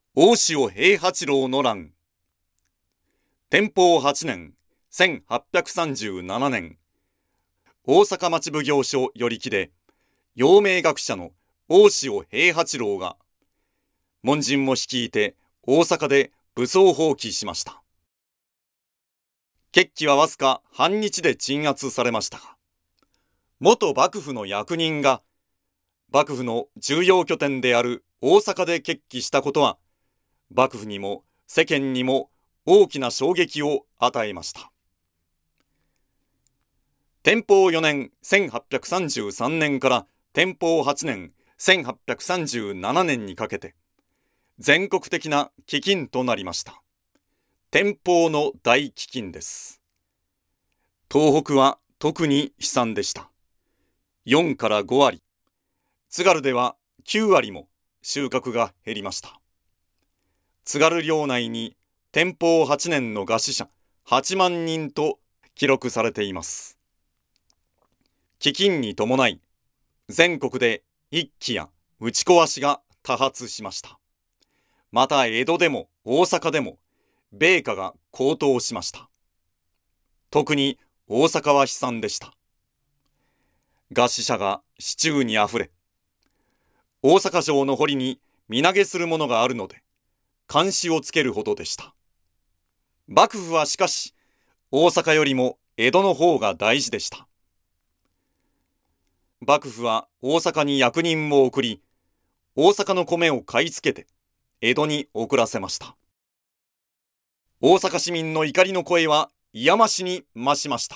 大塩平八郎の乱。天保8年1837年、大阪町奉行所与力で、陽明学者の大塩平八郎が、門人も率いて大阪で武装蜂起しました。決起はわずか半日で鎮圧されましたが、元幕府の役人が、幕府の重要拠点である大阪で決起したことは、幕府にも世間にも大きな衝撃を与えました。天保4年1833年から天保8年1837年にかけて、全国的な飢饉となりました。天保の大飢饉です。東北は特に悲惨でした。4から5割、津軽では9割も収穫が減りました。津軽領内に天保8年の餓死者8万人と記録されています。飢饉に伴い、全国で一揆や打ち壊しが多発しました。また江戸でも大阪でも米価が高騰しました。特に大阪は悲惨でした。餓死者が市中にあふれ、大阪城の堀に身投げするものがあるので、監視をつけるほどでした。幕府はしかし、大阪よりも江戸の方が大事でした。幕府は大阪に役人を送り、大阪の米を買い付けて、江戸に送らせました。大阪市民の怒りの声は癒ましに増しました。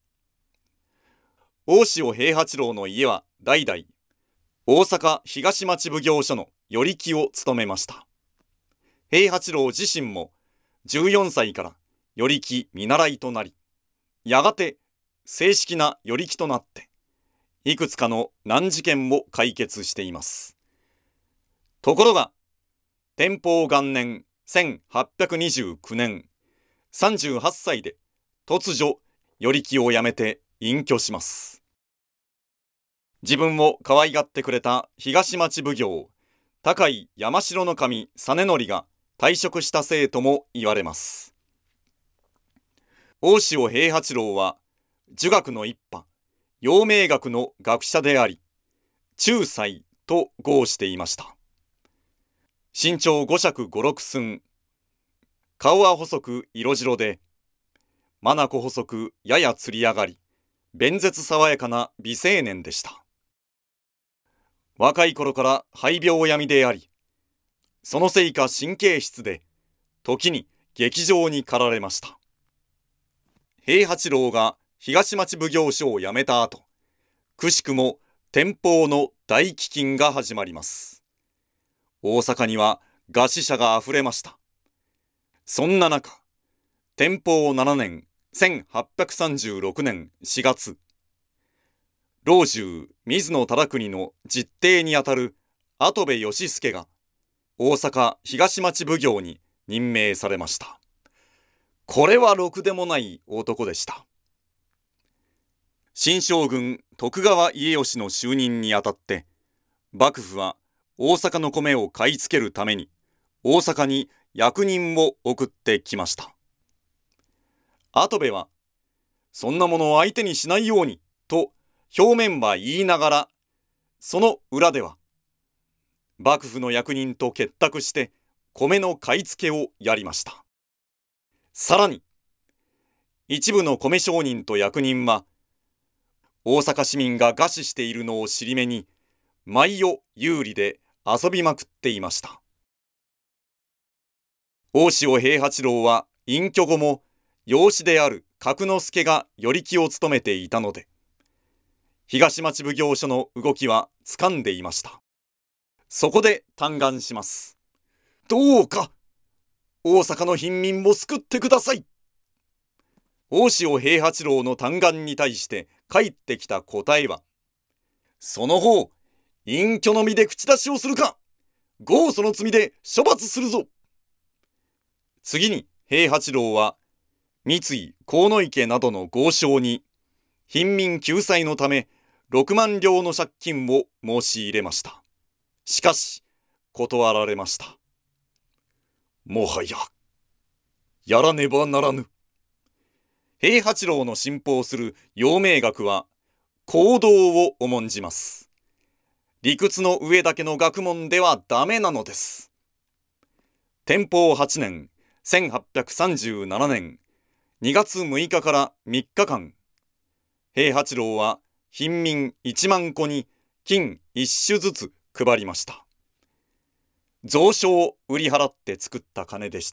大塩平八郎の家は代々、大阪東町奉行所の与力を務めました。平八郎自身も14歳から与力見習いとなり、やがて正式な与力となって、いくつかの難事件も解決しています。ところが、天保元年1829年、38歳で突如与力を辞めて隠居します。自分を可愛がってくれた東町奉行、高井山城守実則が退職したせいとも言われます。大塩平八郎は儒学の一派、陽明学の学者であり、中才と号していました。身長5尺5、6寸、顔は細く色白で、眼細くややつり上がり、弁舌爽やかな美青年でした。若い頃から肺病病みであり、そのせいか神経質で、時に劇場に駆られました。平八郎が東町奉行所を辞めた後、くしくも天保の大飢饉が始まります。大阪には餓死者があふれました。そんな中、天保7年1836年4月、老中水野忠邦の実弟にあたる跡部義助が大阪東町奉行に任命されました。これはろくでもない男でした。新将軍徳川家吉の就任にあたって、幕府は大阪の米を買い付けるために大阪に役人を送ってきました。跡部は、そんなものを相手にしないようにと表面は言いながら、その裏では幕府の役人と結託して米の買い付けをやりました。さらに一部の米商人と役人は、大阪市民が餓死しているのを尻目に、毎夜有利で遊びまくっていました。大塩平八郎は隠居後も養子である角之助が与力を務めていたので、東町奉行所の動きは掴んでいました。そこで嘆願します。どうか大阪の貧民を救ってください。大塩平八郎の嘆願に対して返ってきた答えは、その方、隠居の身で口出しをするか、豪訴の罪で処罰するぞ。次に平八郎は、三井鴻池などの豪商に、貧民救済のため6万両の借金を申し入れました。しかし、断られました。 もはやらねばならぬ。平八郎の信奉する陽明学は行動を重んじます。理屈の上だけの学問ではダメなのです。天保8年1837年2月6日から3日間、平八郎は貧民1万戸に金1種ずつ配りました。蔵書を売り払って作った金でした。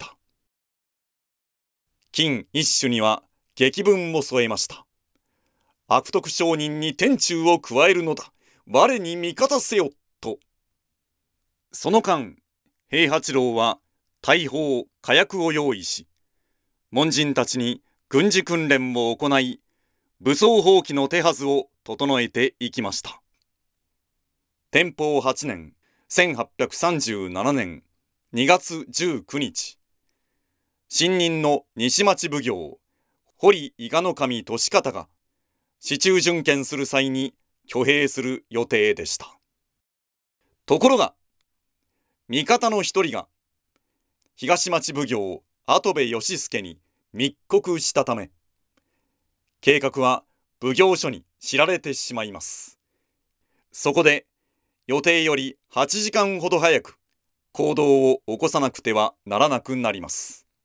金1種には劇文も添えました。悪徳商人に天誅を加えるのだ。我に味方せよと。その間、平八郎は大砲火薬を用意し、門人たちに軍事訓練を行い、武装蜂起の手はずを整えていきました。天保8年1837年2月19日、新任の西町奉行堀伊賀守利方が市中巡検する際に挙兵する予定でした。ところが味方の一人が東町奉行跡部義助に密告したため、計画は奉行所に知られてしまいます。そこで予定より8時間ほど早く行動を起こさなくてはならなくなります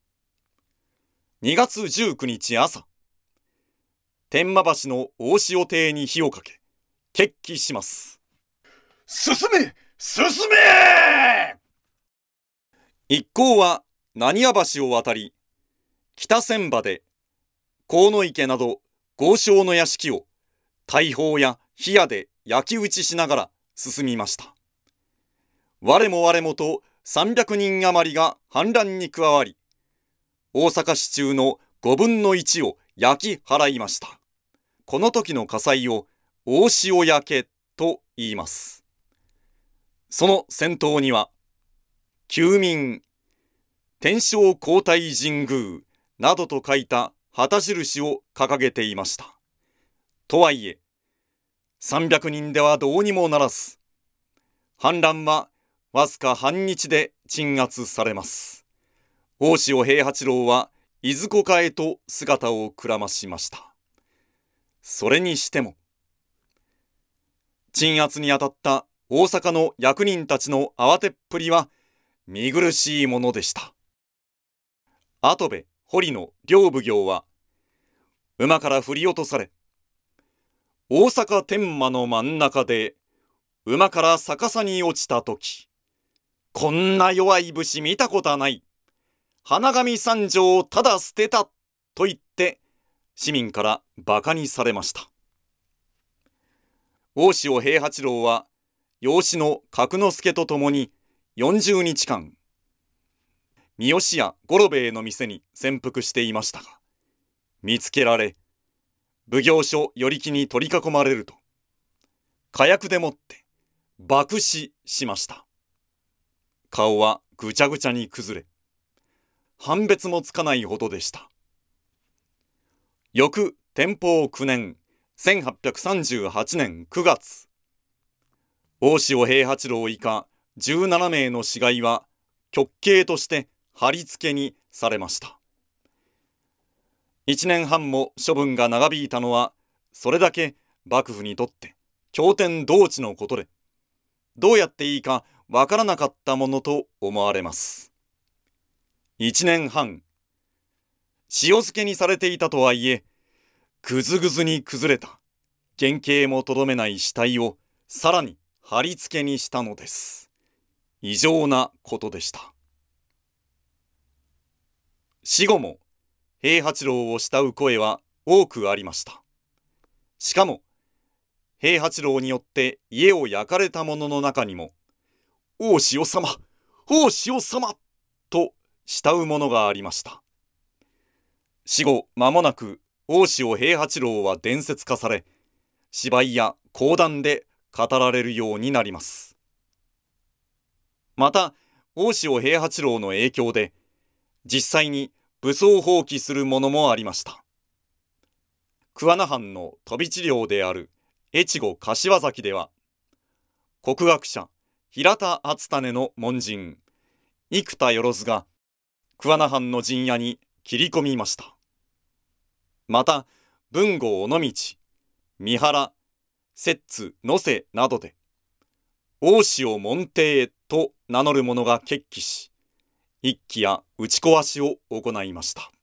。2月19日朝、天満橋の大塩邸に火をかけ、決起します。 進め進め。 一行は浪速橋を渡り、北千場で鴻池など豪商の屋敷を大砲や火矢で焼き討ちしながら進みました。我もと300人余りが反乱に加わり、大阪市中の5分の1を焼き払いました。この時の火災を大塩焼けと言います。その先頭には旧民、天正皇太神宮などと書いた旗印を掲げていました。とはいえ、300人ではどうにもならず、反乱はわずか半日で鎮圧されます。大塩平八郎はいずこかへと姿をくらましました。それにしても、鎮圧にあたった大阪の役人たちの慌てっぷりは見苦しいものでした。跡部堀の両奉行は馬から振り落とされ、大阪天満の真ん中で馬から逆さに落ちたとき、こんな弱い武士見たことはない。花神三条をただ捨てたと言って市民から馬鹿にされました。大塩平八郎は養子の角之助と共に40日間、三好屋五郎兵衛の店に潜伏していましたが、見つけられ、奉行所与力に取り囲まれると、火薬でもって爆死しました。顔はぐちゃぐちゃに崩れ、判別もつかないほどでした。翌天保9年1838年9月、大塩平八郎以下17名の死骸は極刑として貼り付けにされました。1年半も処分が長引いたのは、それだけ幕府にとって驚天動地のことで、どうやっていいかわからなかったものと思われます。1年半、塩漬けにされていたとはいえ、ぐずぐずに崩れた原型もとどめない死体をさらに貼り付けにしたのです。異常なことでした。死後も平八郎を慕う声は多くありました。しかも平八郎によって家を焼かれた者の中にも、大塩様、大塩様と慕うものがありました。死後間もなく大塩平八郎は伝説化され、芝居や講談で語られるようになります。また大塩平八郎の影響で実際に武装蜂起するものもありました。桑名藩の飛び地領である越後柏崎では、国学者平田篤胤の門人生田万が桑名藩の陣屋に切り込みました。また、豊後尾道、三原、摂津、能勢などで、大塩門弟と名乗る者が決起し、一揆や打ち壊しを行いました。